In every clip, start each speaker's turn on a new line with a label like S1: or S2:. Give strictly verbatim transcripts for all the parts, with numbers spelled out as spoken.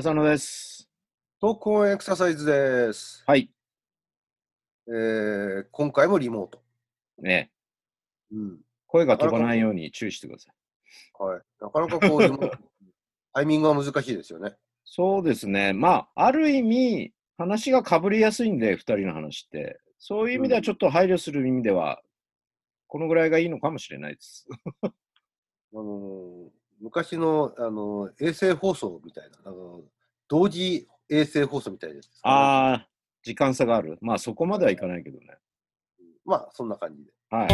S1: 浅野です。
S2: トークオンエクササイズです。
S1: はい。
S2: えー今回もリモート。
S1: ね、
S2: うん。
S1: 声が飛ば
S2: なかなか、
S1: ないように注意してください。
S2: はい。なかなかこう、リモート、タイミングが難しいですよね。
S1: そうですね。まあ、ある意味、話がかぶりやすいんで、ふたりの話って。そういう意味では
S2: うん。
S1: ちょっと配慮する意味では、このぐらいがいいのかもしれないです。
S2: あのー昔の、あのー衛星放送みたいな、あのー同時衛星放送みたいなやつですかね。
S1: ああ、時間差がある。まあ、そこまではいかないけどね。
S2: まあ、そんな感じで。
S1: はい。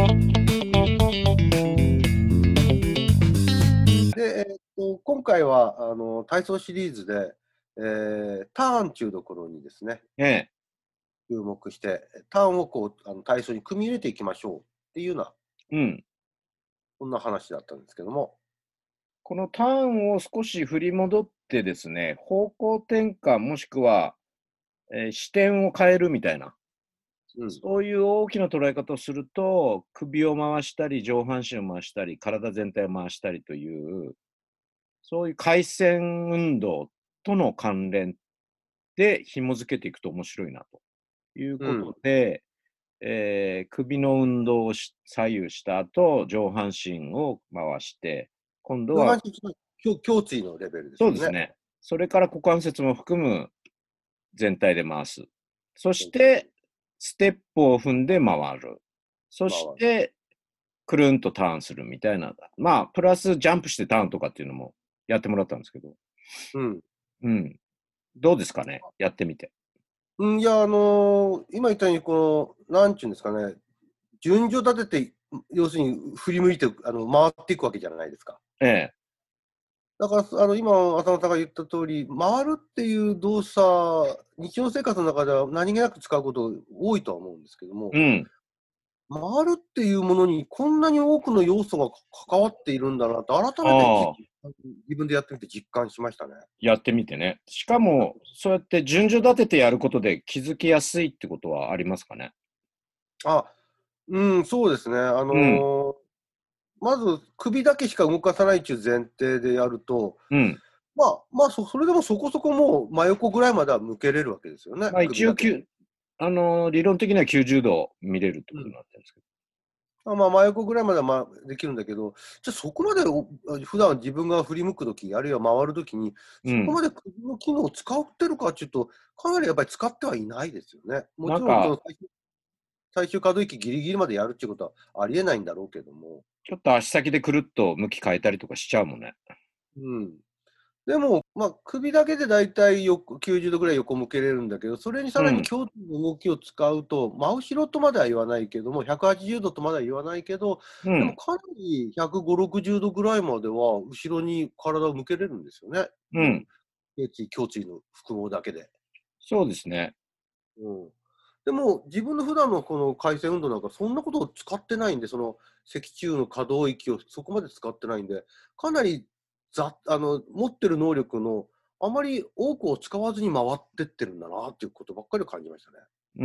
S2: で、えーっと、今回は、あのー体操シリーズで、えーターンというところにですね、
S1: ええ、
S2: 注目して、ターンをこう、あの体操に組み入れていきましょうっていうような、
S1: うん。
S2: そんな話だったんですけども、
S1: このターンを少し振り戻ってですね、方向転換もしくは、えー視点を変えるみたいな。
S2: うん。
S1: そういう大きな捉え方をすると、首を回したり、上半身を回したり、体全体を回したりという、そういう回旋運動との関連で紐づけていくと面白いなというこ
S2: うん。
S1: とで、えー首の運動をし左右した後、上半身を回して、今度は、
S2: 上半身の胸胸椎のレベルですよね。
S1: そうですね、それから股関節も含む全体で回す。そし
S2: 全体で
S1: て、ステップを踏んで回る。そ
S2: 回る。
S1: して、くるんとターンするみたいな。まあ、プラスジャンプしてターンとかっていうのもやってもらったんですけど。
S2: うん。
S1: うん。どうですかね、やってみて。
S2: うん、いや、あのー今言ったように、この、なんちゅうんですかね、順序立てて、要するに振り向いて、あの、回っていくわけじゃないですか。
S1: ええ。
S2: だから、あの、今、浅野さんが言った通り、回るっていう動作、日常生活の中では何気なく使うこと多いとは思うんですけども、
S1: うん。
S2: 回るっていうものにこんなに多くの要素が関わっているんだなって、改めてじ
S1: ああ、
S2: 自分でやってみて実感しましたね。
S1: やってみてね。しかも、そうやって順序立ててやることで気づきやすいってことはありますかね。
S2: あ、うん、そうですね。あ
S1: うん。
S2: のーまず首だけしか動かさないっていう前提でやると、
S1: うん。
S2: まあ、まあそ、それでもそこそこもう真横ぐらいまでは向けれるわけですよね、
S1: まあ
S2: 首だけ。
S1: 一応きゅ、あのー理論的にはきゅうじゅうど見れるってことに
S2: うん。
S1: なってるんですけ
S2: まあ、まあ真横ぐらいまではまあできるんだけど、じゃあそこまでお普段自分が振り向くとき、あるいは回るときに、
S1: ど。うん。
S2: そこまで首の機能を使ってるかっていうと、かなりやっぱり使ってはいないですよね。もちろんそ
S1: なんか、
S2: の最終最終可動域ギリギリまでやるっていうことはありえないんだろうけども。
S1: ちょっと足先でくるっと向き変えたりとかしちゃうもんね。
S2: うん。でも、まあ、首だけでだいたい横きゅうじゅうどぐらい横向けれるんだけど、それにさらに
S1: うん。
S2: 胸椎の動きを使うと、真後ろとまでは言わないけども、ひゃくはちじゅうどとまでは言わないけど、でも
S1: うん。
S2: かなりひゃくごじゅう、ろくじゅうどぐらいまでは後ろに体を向けれるんですよね。
S1: うん。
S2: 胸椎、胸椎の複合だけで。
S1: そうですね。
S2: うん。でも、自分の普段のこの回旋運動なんか、そんなことを使ってないんで、その脊柱の可動域をそこまで使ってないんで、かなりざあの持ってる能力のあまり多くを使わずに回ってってるんだなっていうことばっかり感じましたね。
S1: うん。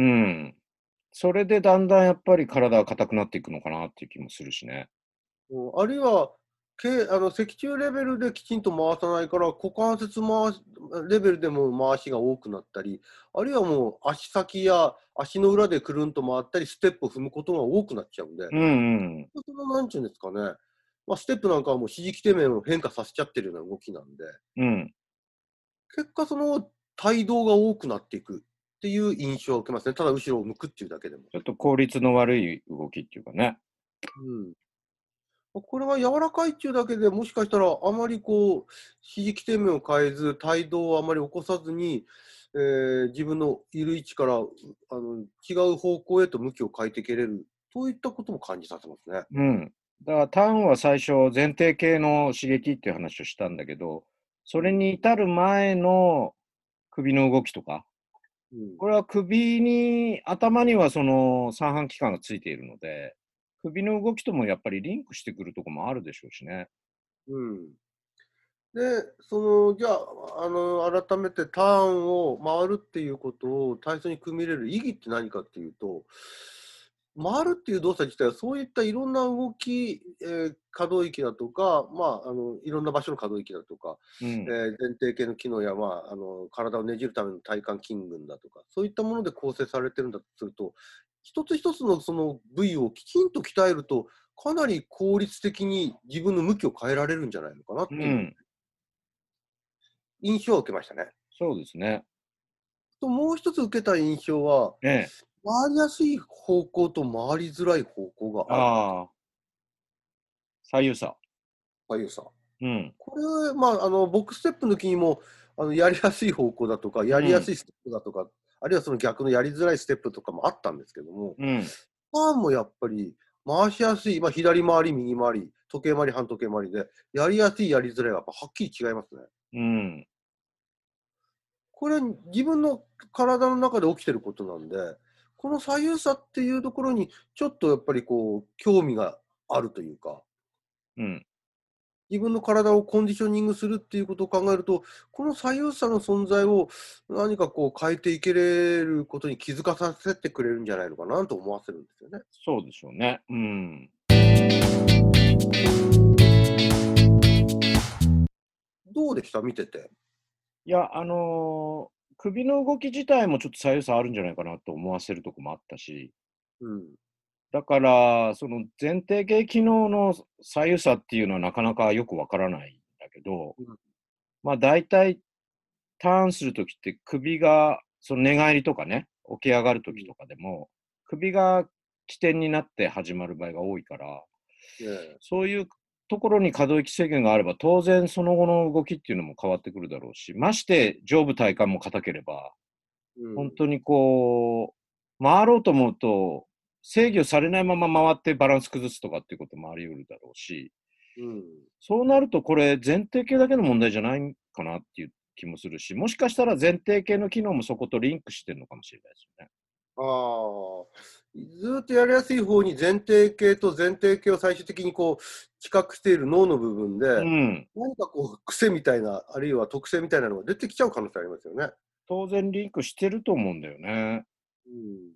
S1: それでだんだんやっぱり体が硬くなっていくのかなっていう気もするしね。
S2: うん、あるいは、けあの脊柱レベルできちんと回さないから、股関節回しレベルでも回しが多くなったり、あるいはもう足先や足の裏でくるんと回ったり、ステップを踏むことが多くなっちゃうんで、
S1: うんうん。
S2: そのなんちゅうんですかね、まあ、ステップなんかはもう指示基底面を変化させちゃってるような動きなんで、
S1: うん。
S2: 結果その帯動が多くなっていくっていう印象を受けますね。ただ後ろを向くっていうだけでも。
S1: ちょっと効率の悪い動きっていうかね。
S2: うん。これが柔らかいっていうだけでもしかしたらあまりこう、指示基底面を変えず、帯動をあまり起こさずに、えー自分のいる位置からあの違う方向へと向きを変えていけれる。そういったことも感じさせますね。
S1: うん。だからターンは最初前提系の刺激っていう話をしたんだけど、それ
S2: うん。
S1: に至る前の首の動きとか、
S2: うん。
S1: これは首に、頭にはその三半規管がついているので、首の動きともやっぱりリンクしてくるところもあるでしょうしね。
S2: うん。で、その、じゃあ、あの、改めてターンを回るっていうことを体操に組み入れる意義って何かっていうと、 回るっていう動作自体は、そういったいろんな動き、えー可動域だとか、まあ、あの、いろんな場所の可動域だとか、え
S1: うん。
S2: ー前庭系の機能や、まあ、あの、体をねじるための体幹筋群だとか、そういったもので構成されてるんだとすると、一つ一つのその部位をきちんと鍛えると、かなり効率的に自分の向きを変えられるんじゃないのかなっていう
S1: うん。
S2: 印象を受けましたね。
S1: そうですね。
S2: と、もう一つ受けた印象は、
S1: ええ。
S2: 回りやすい方向と回りづらい方向があるっていう、
S1: ああ、左右差。
S2: 左右差。
S1: うん。
S2: これ、まあ、あの、ボックスステップの時にも、あの、やりやすい方向だとか、やりや
S1: うん。
S2: すいステップだとか、あるいはその逆のやりづらいステップとかもあったんですけども、
S1: うん。
S2: ターンもやっぱり回しやすい、まあ、左回り、右回り、時計回り、反時計回りで、やりやすい、やりづらいはやっぱはっきり違いますね。
S1: うん。
S2: これは自分の体の中で起きてることなんで、この左右差っていうところに、ちょっとやっぱりこう、興味があるというか、
S1: うん。
S2: 自分の体をコンディショニングするっていうことを考えると、この左右差の存在を何かこう変えていけれることに気づかさせてくれるんじゃないのかなと思わせるんですよね。
S1: そうでしょうね。うん。
S2: どうでした見てて。
S1: いや、あの、首の動き自体もちょっと左右差あるんじゃないかなと思わせるとこもあったし、
S2: うん。
S1: だから、その前提系機能の左右差っていうのはなかなかよくわからないんだけど、
S2: うん。
S1: まあ大体ターンするときって首が、その寝返りとかね、起き上がるときとかでも、首が起点になって始まる場合が多いから、
S2: ねえ。
S1: そういうところに可動域制限があれば、当然その後の動きっていうのも変わってくるだろうし、まして上部体幹も硬ければ、
S2: うん。
S1: 本当にこう、回ろうと思うと、制御されないまま回ってバランス崩すとかっていうこともあり得るだろうし、
S2: うん。
S1: そうなるとこれ前提系だけの問題じゃないかなっていう気もするし、もしかしたら前提系の機能もそことリンクしてるのかもしれないですよね。
S2: ああ。ずーっとやりやすい方に前提系と前提系を最終的にこう、知覚している脳の部分で、
S1: うん。
S2: 何かこう、癖みたいな、あるいは特性みたいなのが出てきちゃう可能性ありますよね。
S1: 当然リンクしてると思うんだよね。
S2: うん。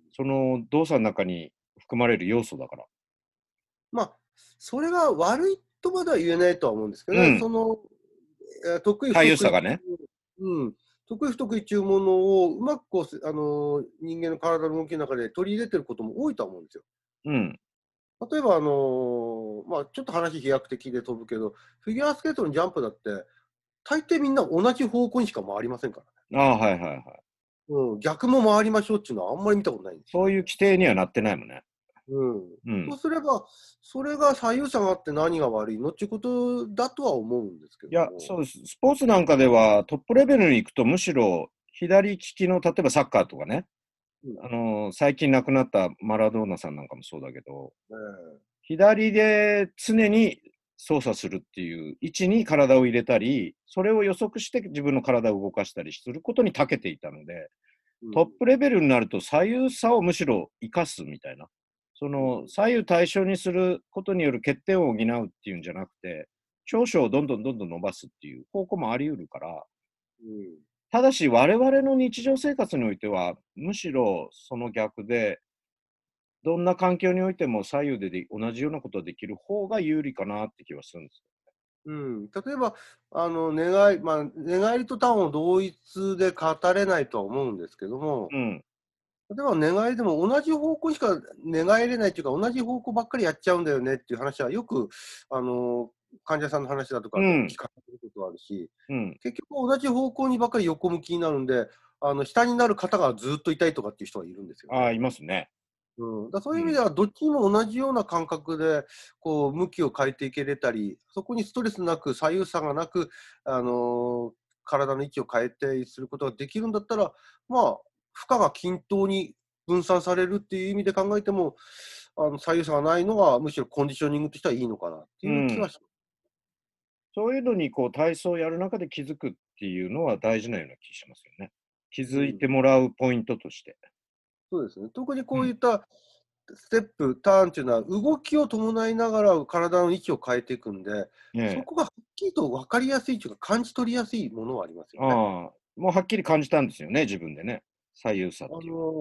S1: その動作の中に含まれる要素だから。
S2: まあ、それが悪いとまでは言えないとは思うんですけどね。そ
S1: うん。
S2: の、えー得意不
S1: 左右
S2: 得意っていう、
S1: 差がね。
S2: うん、得意不得意っていうものをうまくこう、せあの、人間の体の動きの中で取り入れてることも多いとは思うんですよ。
S1: うん。
S2: 例えば、あの、まあ、ちょっと話飛躍的で飛ぶけど、フィギュアスケートのジャンプだって、大抵みんな同じ方向にしか回りませんからね。
S1: ああ、はいはいはい。
S2: うん、逆も回りましょうっていうのはあんまり見たことないんですよ。
S1: そういう規定にはなってないもんね。
S2: うん。
S1: うん。
S2: とすれば、それが左右差があって何が悪いのっていうことだとは思うんですけ
S1: いや、
S2: ども。
S1: そうです。スポーツなんかではトップレベルに行くとむしろ左利きの、例えばサッカーとかね、
S2: うん。
S1: あの、最近亡くなったマラドーナさんなんかもそうだけど、
S2: ええ。
S1: 左で常に操作するっていう位置に体を入れたり、それを予測して自分の体を動かしたりすることに長けていたので、
S2: うん。
S1: トップレベルになると左右差をむしろ生かすみたいな。その
S2: うん。
S1: 左右対称にすることによる欠点を補うっていうんじゃなくて、長所をどんどんどんどん伸ばすっていう方向もあり得るから、
S2: うん。
S1: ただし我々の日常生活においては、むしろその逆で、どんな環境においても左右でで同じようなことができる方が有利かなって気はするんです
S2: うん。例えば、あの、寝返り、まあ、寝返りとターンを同一で語れないとは思うんですけども、
S1: よ。うん。
S2: 例えば寝返りでも同じ方向しか寝返れないっていうか、同じ方向ばっかりやっちゃうんだよねっていう話はよく、あの、患者さんの話だとかで
S1: うん。
S2: 聞かれることがあるし、
S1: うん。
S2: 結局同じ方向にばっかり横向きになるんで、あの、下になる方がずっと痛いとかっていう人がいるんですよ
S1: ああ、
S2: ね。
S1: いますね。
S2: うん、だそう
S1: うん。
S2: いう意味では、どっちにも同じような感覚で、こう、向きを変えていけれたり、そこにストレスなく、左右差がなく、あの、体の位置を変えてすることができるんだったら、まあ、負荷が均等に分散されるっていう意味で考えても、あの、左右差がないのが、むしろコンディショニングとしてはいいのかなって
S1: うん。
S2: いう気はします。
S1: そういうのにこう体操をやる中で気づくっていうのは大事なような気しますよね。気づい
S2: うん、
S1: てもらうポイントとして。
S2: そうですね。特に
S1: うん。
S2: こういったステップ、ターンっていうのは、動きを伴いながら体の位置を変えていくんで、
S1: ええ。
S2: そこがはっきりと分かりやすいというか、感じ取りやすいものはありますよね。
S1: ああ、もうはっきり感じたんですよね、自分でね。左右差っ
S2: あ
S1: ていうのは。
S2: の、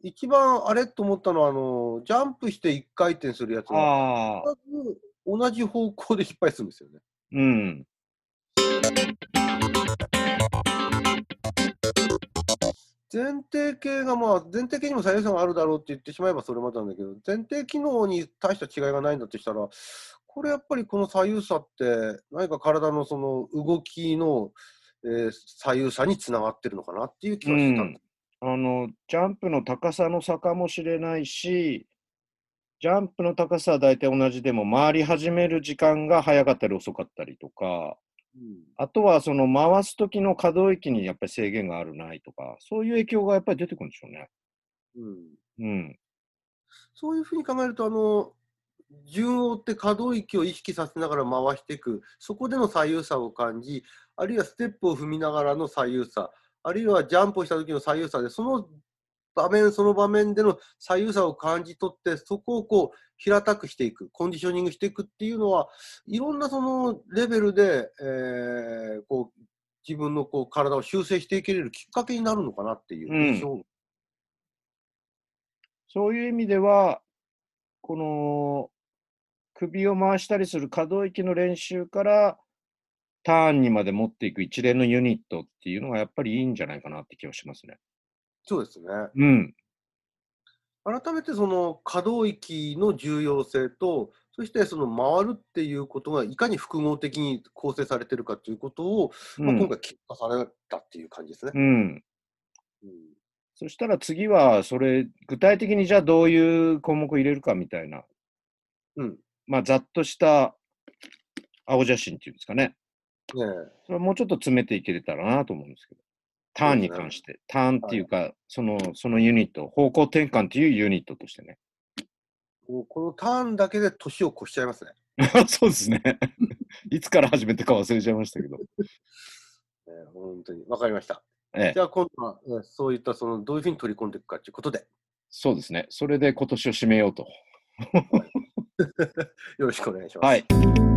S2: 一番あれと思ったのは、あの、ジャンプしていっかい転するやつは、
S1: ああ、
S2: 必ず同じ方向で失敗するんですよね。
S1: うん。
S2: 前提系が、まあ、前提系にも左右差があるだろうって言ってしまえばそれまでなんだけど、前提機能に大した違いがないんだとしたら、これやっぱりこの左右差って、何か体のその動きの、えー左右差につながってるのかなっていう気
S1: う
S2: はしたんで
S1: ん。
S2: す。
S1: あの、ジャンプの高さの差かもしれないし、ジャンプの高さは大体同じでも、回り始める時間が早かったり遅かったりとか、
S2: うん
S1: あとはその回す時の可動域にやっぱり制限があるないとか、そういう影響がやっぱり出てくるんでしょうね。
S2: うん
S1: うん。
S2: そういうふうに考えると、あの、順を追って可動域を意識させながら回していく、そこでの左右差を感じ、あるいはステップを踏みながらの左右差、あるいはジャンプをした時の左右差で、その場面その場面での左右差を感じ取って、そこをこう平たくしていく、コンディショニングしていくっていうのは、いろんなそのレベルで、えーこう自分のこう体を修正していけれるきっかけになるのかなっていう
S1: うん。
S2: 印象。
S1: そういう意味では、この首を回したりする可動域の練習から、ターンにまで持っていく一連のユニットっていうのがやっぱりいいんじゃないかなって気はしますね。
S2: そうですね。
S1: うん。
S2: 改めてその可動域の重要性と、そしてその回るっていうことがいかに複合的に構成されてるかということを、まあ、今
S1: うん。
S2: 回結果されたっていう感じですね。
S1: うん。
S2: うん。
S1: そしたら次は、それ、具体的にじゃあどういう項目を入れるかみたいな、
S2: うん。
S1: まあ、ざっとした青写真っていうんですかね。
S2: ねえ、
S1: それはもうちょっと詰めていけれたらなと思うんですけど。ターン
S2: そうですね。
S1: に関して、ターンって
S2: はい。
S1: いうか、その、そのユニット、方向転換っていうユニットとしてね。
S2: こうこのターンだけで年を越しちゃいますね。
S1: そうですね。いつから始めたか忘れちゃいましたけど。
S2: ねえ、本当に。わかりました。
S1: ええ、
S2: じゃあ今度は、ね、そういったそのどういうふうに取り込んでいくかということで、
S1: そうですね。それで今年を締めようと。
S2: はい、よろしくお願いします。
S1: はい。